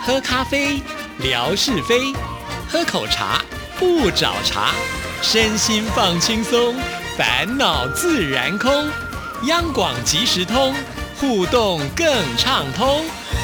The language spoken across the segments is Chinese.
喝咖啡，聊是非；喝口茶，不找茬。身心放轻松，烦恼自然空。央广即时通，互动更畅通。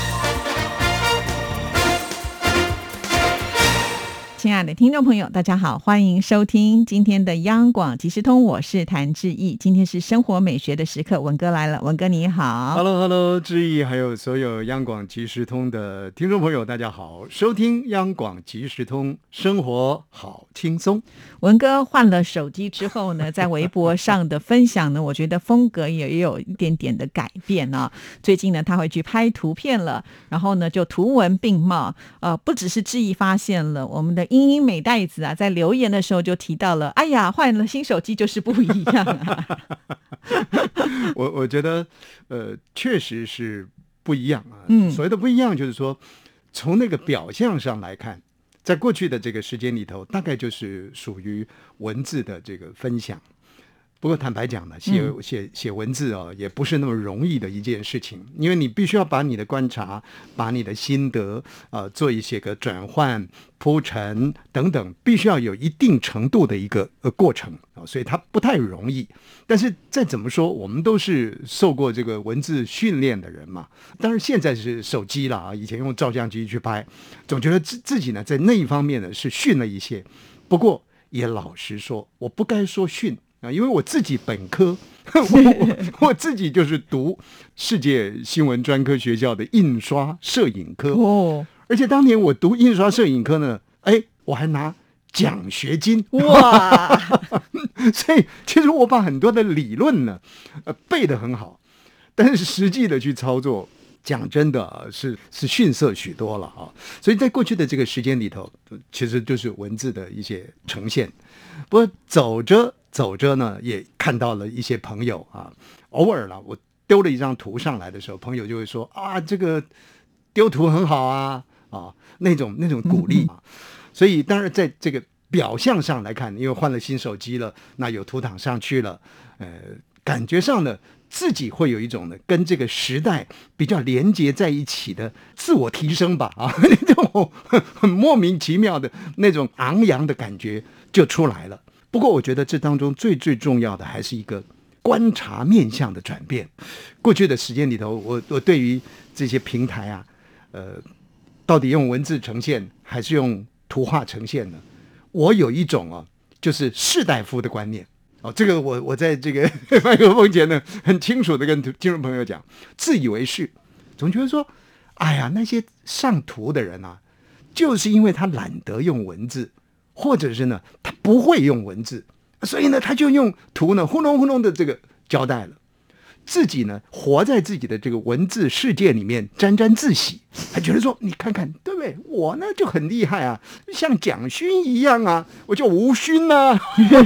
亲爱的听众朋友，大家好，欢迎收听今天的央广即时通，我是谭志毅。今天是生活美学的时刻，文哥来了，文哥你好。 Hello， 志毅，还有所有央广即时通的听众朋友，大家好，收听央广即时通，生活好轻松。 文哥换了手机之后呢，在微博上的分享呢，我觉得风格也有一点点的改变啊。最近呢，他会去拍图片了，然后呢，就图文并茂。不只是志毅发现了，我们的英英美袋子啊，在留言的时候就提到了，哎呀，换了新手机就是不一样啊。 我觉得确实是不一样啊。所谓的不一样，就是说从那个表象上来看，在过去的这个时间里头，大概就是属于文字的这个分享。不过坦白讲呢，写文字也不是那么容易的一件事情，因为你必须要把你的观察、把你的心得做一些个转换、铺陈等等，必须要有一定程度的一个过程所以它不太容易。但是再怎么说，我们都是受过这个文字训练的人嘛。当然现在是手机了啊，以前用照相机去拍，总觉得自己呢在那一方面呢是逊了一些。不过也老实说，我不该说逊。因为我自己本科我自己就是读世界新闻专科学校的印刷摄影科而且当年我读印刷摄影科呢，我还拿奖学金哇！所以其实我把很多的理论呢背得很好，但是实际的去操作，讲真的是逊色许多了啊！所以在过去的这个时间里头，其实就是文字的一些呈现。不过走着呢，也看到了一些朋友啊，偶尔了，我丢了一张图上来的时候，朋友就会说啊，这个丢图很好啊，那种鼓励啊。所以当然在这个表象上来看，因为换了新手机了，那有图档上去了，感觉上呢，自己会有一种呢跟这个时代比较连接在一起的自我提升吧那种很莫名其妙的那种昂扬的感觉就出来了。不过我觉得这当中最重要的还是一个观察面向的转变。过去的时间里头，我对于这些平台啊，到底用文字呈现还是用图画呈现呢？我有一种就是士大夫的观念。这个我在这个麦克风前呢，很清楚的跟听众朋友讲，自以为是，总觉得说，哎呀，那些上图的人啊，就是因为他懒得用文字，或者是呢，他不会用文字，所以呢，他就用图呢，糊弄的这个交代了。自己呢，活在自己的这个文字世界里面，沾沾自喜，还觉得说，你看看，对不对？我呢就很厉害啊，像蒋勋一样啊，我就无勋啊。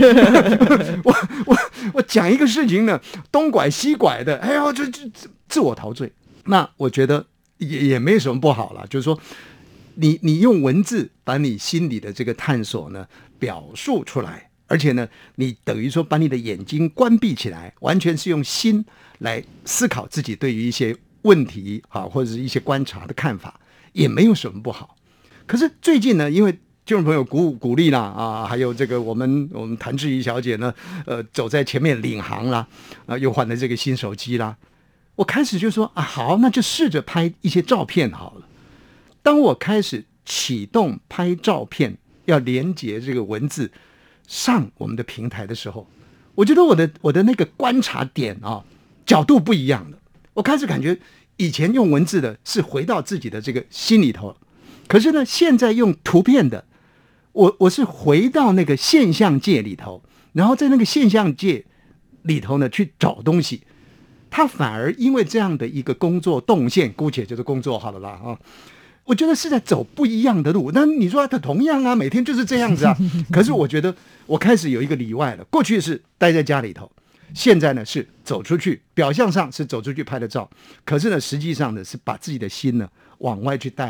我讲一个事情呢，东拐西拐的，哎呦，这自我陶醉。那我觉得也没什么不好了，就是说，你用文字把你心里的这个探索呢表述出来，而且呢，你等于说把你的眼睛关闭起来，完全是用心来思考自己对于一些问题或者是一些观察的看法，也没有什么不好。可是最近呢，因为听众朋友鼓励啦还有这个我们谭志怡小姐呢，走在前面领航啦，又换了这个新手机啦，我开始就说好，那就试着拍一些照片好了。当我开始启动拍照片，要连接这个文字上我们的平台的时候，我觉得我的那个观察点角度不一样了。我开始感觉以前用文字的是回到自己的这个心里头，可是呢，现在用图片的，我是回到那个现象界里头，然后在那个现象界里头呢去找东西。他反而因为这样的一个工作动线，姑且就是工作好了啦我觉得是在走不一样的路。那你说他同样每天就是这样子可是我觉得我开始有一个例外了。过去是待在家里头，现在呢是走出去，表象上是走出去拍的照，可是呢实际上呢是把自己的心呢往外去带了。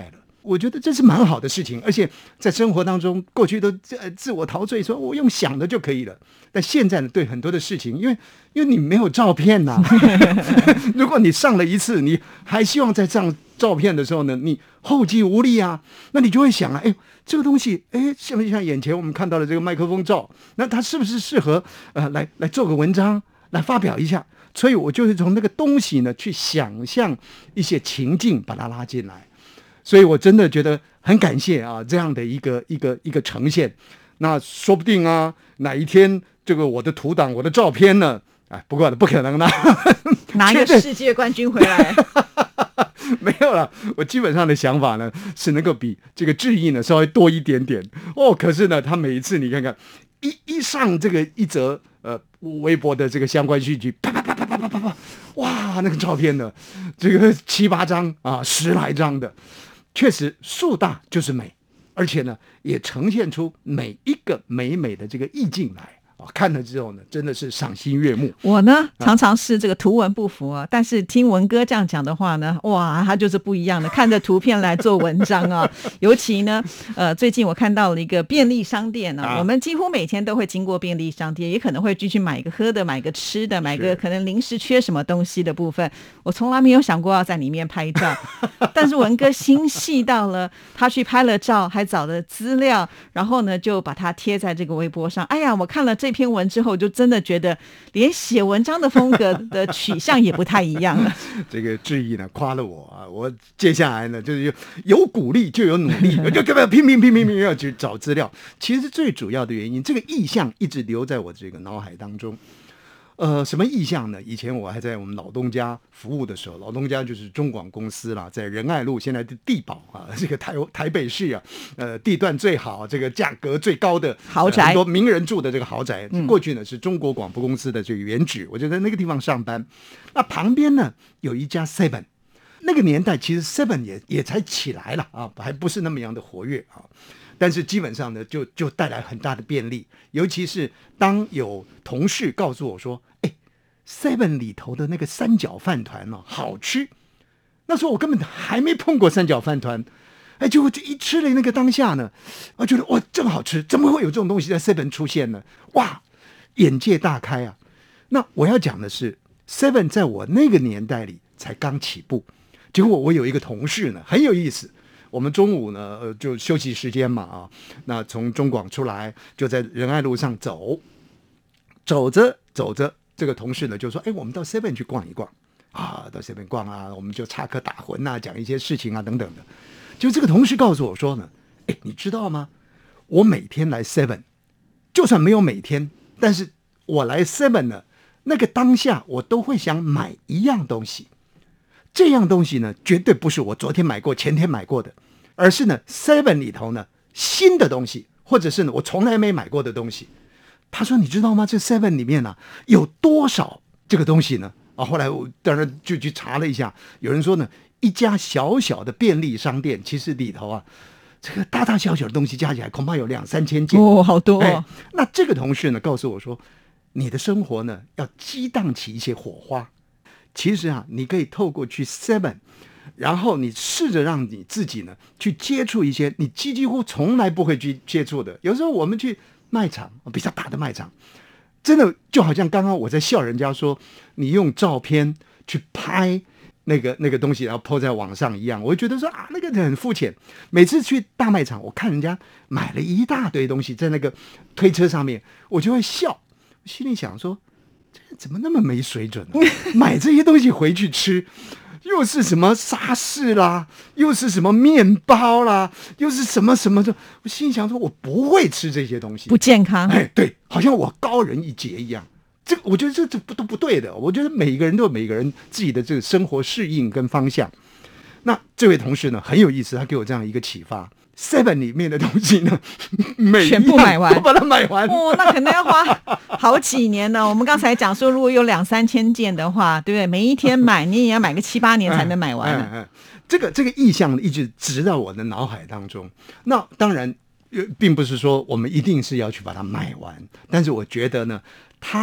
我觉得这是蛮好的事情，而且在生活当中，过去都自我陶醉，说我用想的就可以了。但现在呢，对很多的事情，因为你没有照片呐、如果你上了一次，你还希望再上照片的时候呢，你后继无力啊，那你就会想啊，哎，这个东西，哎，像不像眼前我们看到的这个麦克风照？那它是不是适合来做个文章来发表一下？所以我就是从那个东西呢去想象一些情境，把它拉进来。所以我真的觉得很感谢啊，这样的一个呈现。那说不定啊，哪一天这个我的图档、我的照片呢？哎，不过不可能的， 拿一个世界冠军回来。 没有了，我基本上的想法呢是能够比这个志毅呢稍微多一点点哦。可是呢，他每一次你看看一上这个一则微博的这个相关讯息，啪啪啪啪啪啪啪啪，哇，那个照片呢，这个7、8张啊，10来张的，确实树大就是美，而且呢也呈现出每一个美的这个意境来。看了之后呢，真的是赏心悦目。 我呢常常是这个图文不符啊，但是听文哥这样讲的话呢，哇，他就是不一样的，看着图片来做文章啊。尤其呢，最近我看到了一个便利商店啊，我们几乎每天都会经过便利商店，也可能会去买个喝的、买个吃的、买个可能临时缺什么东西的部分，我从来没有想过要在里面拍照。但是文哥心细到了，他去拍了照，还找了资料，然后呢就把它贴在这个微博上。哎呀，我看了这篇文之后，就真的觉得连写文章的风格的取向也不太一样了。 这个志毅呢夸了我啊，我接下来呢就是有鼓励就有努力，我就拼要去找资料。其实最主要的原因，这个意象一直留在我这个脑海当中。什么意象呢？以前我还在我们老东家服务的时候，老东家就是中广公司啦，在仁爱路现在的地堡啊，这个台北市啊，地段最好，这个价格最高的豪宅， 很多名人住的这个豪宅。过去呢是中国广播公司的这个原址，我就在那个地方上班。那旁边呢有一家 Seven， 那个年代其实 Seven 也才起来了啊，还不是那么样的活跃啊。但是基本上呢，就带来很大的便利，尤其是当有同事告诉我说，哎 ，Seven 里头的那个三角饭团呢、好吃。那时候我根本还没碰过三角饭团，哎，就一吃了那个当下呢，我觉得哇，真好吃，怎么会有这种东西在 Seven 出现呢？哇，眼界大开啊！那我要讲的是 ，Seven 在我那个年代里才刚起步，结果我有一个同事呢，很有意思。我们中午呢，就休息时间嘛啊，那从中广出来，就在仁爱路上走着，这个同事呢就说：“哎，我们到 Seven 去逛一逛啊，到 Seven 逛啊，我们就插科打诨啊，讲一些事情啊等等的。”就这个同事告诉我说呢：“哎，你知道吗？我每天来 Seven， 就算没有每天，但是我来 Seven 呢，那个当下我都会想买一样东西。”这样东西呢，绝对不是我昨天买过、前天买过的，而是呢 Seven 里头呢新的东西，或者是呢我从来没买过的东西。他说：“你知道吗？这 Seven 里面呢、有多少这个东西呢？”啊，后来我当然就去查了一下，有人说呢，一家小小的便利商店，其实里头啊，这个大小的东西加起来恐怕有2、3千件哦，好多、哦哎。那这个同事呢告诉我说，你的生活呢要激荡起一些火花。其实啊，你可以透过去 Seven， 然后你试着让你自己呢去接触一些你几乎从来不会去接触的。有时候我们去卖场，比较大的卖场，真的就好像刚刚我在笑人家说，你用照片去拍那个东西，然后 po 在网上一样。我就觉得说啊，那个很肤浅。每次去大卖场，我看人家买了一大堆东西在那个推车上面，我就会笑，心里想说，怎么那么没水准呢、买这些东西回去吃，又是什么沙士啦，又是什么面包啦，又是什么什么的。我心里想说，我不会吃这些东西， 不健康。 哎，对，好像我高人一截一样。这个我觉得这都不对的。我觉得每一个人都有每一个人自己的这个生活适应跟方向。那这位同事呢很有意思，他给我这样一个启发。Seven 里面的东西呢， 全部买完， 都把它买完。 哦，那可能要花好几年呢。我们刚才讲说，如果有2、3千件的话，对不对？每一天买，你也要买个7、8年才能买完。 这个意象一直植到我的脑海当中。那当然，并不是说我们一定是要去把它买完，但是我觉得呢，它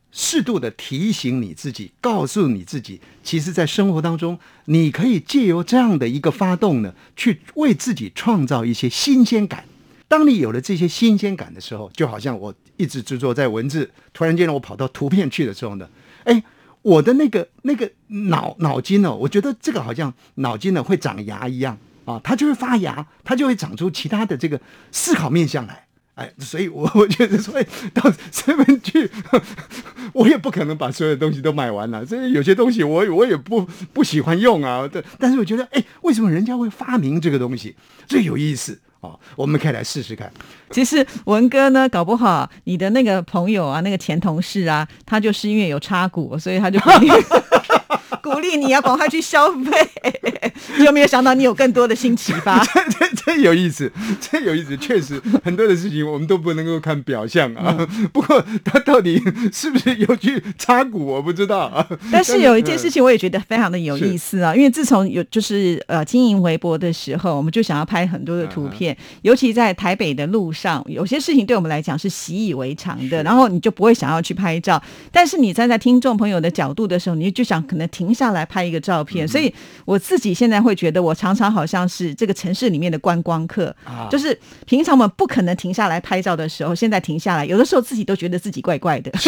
适度的提醒你自己，告诉你自己，其实在生活当中你可以借由这样的一个发动呢，去为自己创造一些新鲜感。当你有了这些新鲜感的时候，就好像我一直执着在文字，突然间我跑到图片去的时候呢，我的那个脑筋呢，我觉得这个好像脑筋呢会长芽一样啊，它就会发芽，它就会长出其他的这个思考面向来。所以我觉得说到7去，我也不可能把所有的东西都买完了。所以有些东西我也不喜欢用啊。但是我觉得，为什么人家会发明这个东西，最有意思啊？我们可以来试试看。 其实文哥呢，搞不好你的那个朋友啊，那个前同事啊，他就是因为有插股，所以他就鼓励你要赶快去消费，就没有想到你有更多的新启发。 这有意思，这有意思。确实很多的事情我们都不能够看表象啊。不过他到底是不是有去插股，我不知道啊。 但是有一件事情我也觉得非常的有意思啊，因为自从有就是经营微博的时候，我们就想要拍很多的图片，尤其在台北的路上，有些事情对我们来讲是习以为常的，然后你就不会想要去拍照。但是你站在听众朋友的角度的时候，你就想可能停下来拍一个照片。所以我自己现在会觉得，我常常好像是这个城市里面的观光客，就是平常我们不可能停下来拍照的时候，现在停下来，有的时候自己都觉得自己怪怪的。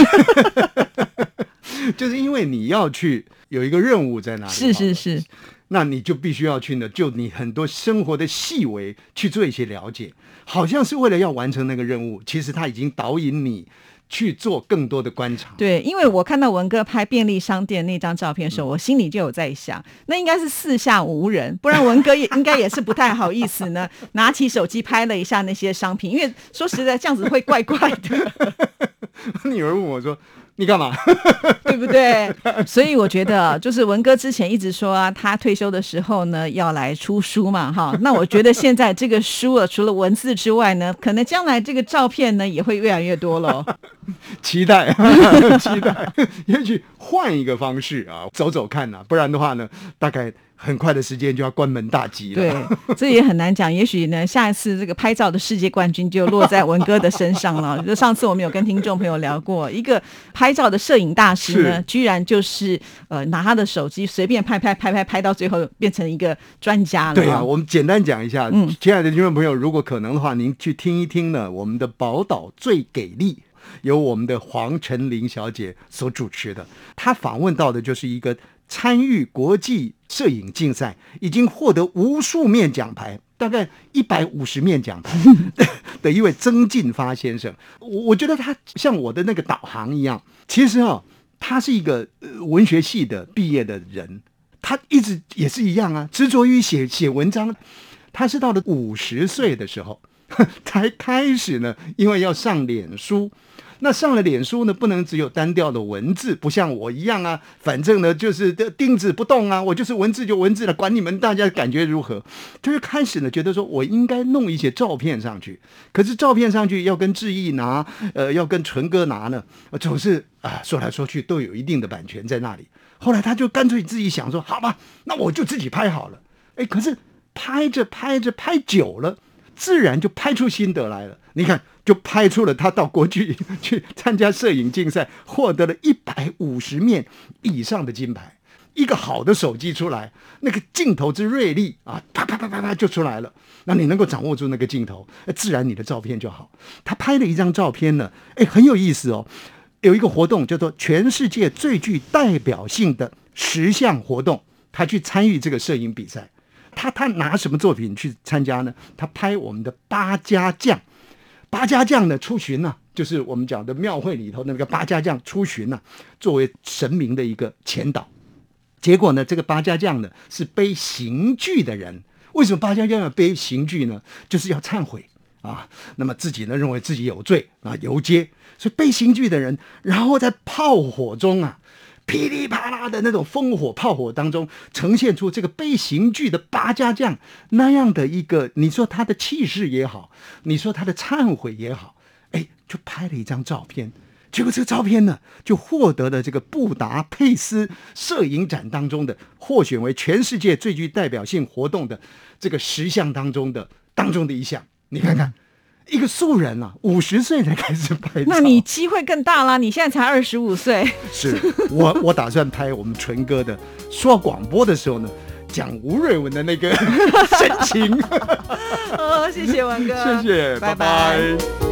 就是因为你要去有一个任务在那里， 是， 那你就必须要去呢，就你很多生活的细微去做一些了解，好像是为了要完成那个任务，其实他已经导引你去做更多的观察。 对，因为我看到文哥拍便利商店那张照片的时候，我心里就有在想，那应该是四下无人，不然文哥应该也是不太好意思呢，拿起手机拍了一下那些商品，因为说实在这样子会怪怪的。 女儿问我说，你干嘛？ 对不对？所以我觉得就是文哥之前一直说啊，他退休的时候呢要来出书嘛，哈。那我觉得现在这个书除了文字之外呢，可能将来这个照片呢也会越来越多了。 期待期待，也许换一个方式啊，走走看啊，不然的话呢，大概很快的时间就要关门大吉了。 对，这也很难讲。也许呢，下一次这个拍照的世界冠军就落在文哥的身上了。就上次我们有跟听众朋友聊过，一个拍照的摄影大师呢，居然就是拿他的手机随便拍到最后变成一个专家了。 对啊，我们简单讲一下，亲爱的听众朋友，如果可能的话，您去听一听呢，我们的宝岛最给力，由我们的黄晨玲小姐所主持的，她访问到的就是一个参与国际摄影竞赛，已经获得无数面奖牌，大概150面奖牌的一位曾进发先生。我觉得他像我的那个导航一样，其实他是一个文学系的毕业的人，他一直也是一样啊，执着于写文章。他是到了50岁的时候才开始呢，因为要上脸书。那上了脸书呢，不能只有单调的文字，不像我一样啊，反正呢就是钉子不动啊，我就是文字就文字了，管你们大家感觉如何。就是开始呢，觉得说我应该弄一些照片上去，可是照片上去要跟志毅拿，要跟纯哥拿呢，总是说来说去都有一定的版权在那里。后来他就干脆自己想说，好吧，那我就自己拍好了。可是拍着拍久了，自然就拍出心得来了。你看，就拍出了他到国际去参加摄影竞赛，获得了150面以上的金牌。一个好的手机出来，那个镜头之锐利啊，啪啪啪啪啪就出来了。那你能够掌握住那个镜头，自然你的照片就好。他拍了一张照片呢，很有意思哦。有一个活动叫做全世界最具代表性的10项活动，他去参与这个摄影比赛。他拿什么作品去参加呢？他拍我们的八家将。八家将呢出巡啊，就是我们讲的庙会里头那个八家将出巡啊，作为神明的一个前导。结果呢，这个八家将呢是背刑具的人。为什么八家将要背刑具呢？就是要忏悔啊。那么自己呢认为自己有罪啊，游街，所以背刑具的人，然后在炮火中啊，噼里啪啦的那种烽火炮火当中，呈现出这个背刑具的八家将那样的一个，你说他的气势也好，你说他的忏悔也好，就拍了一张照片。结果这个照片呢，就获得了这个布达佩斯摄影展当中的获选为全世界最具代表性活动的这个10项当中的一项。你看看， 一个素人啊，50岁才开始拍照， 那你机会更大啦！你现在才25岁。 是我打算拍我们纯哥的说广播的时候呢，讲吴瑞文的那个神情。 谢谢文哥， 谢谢，拜拜。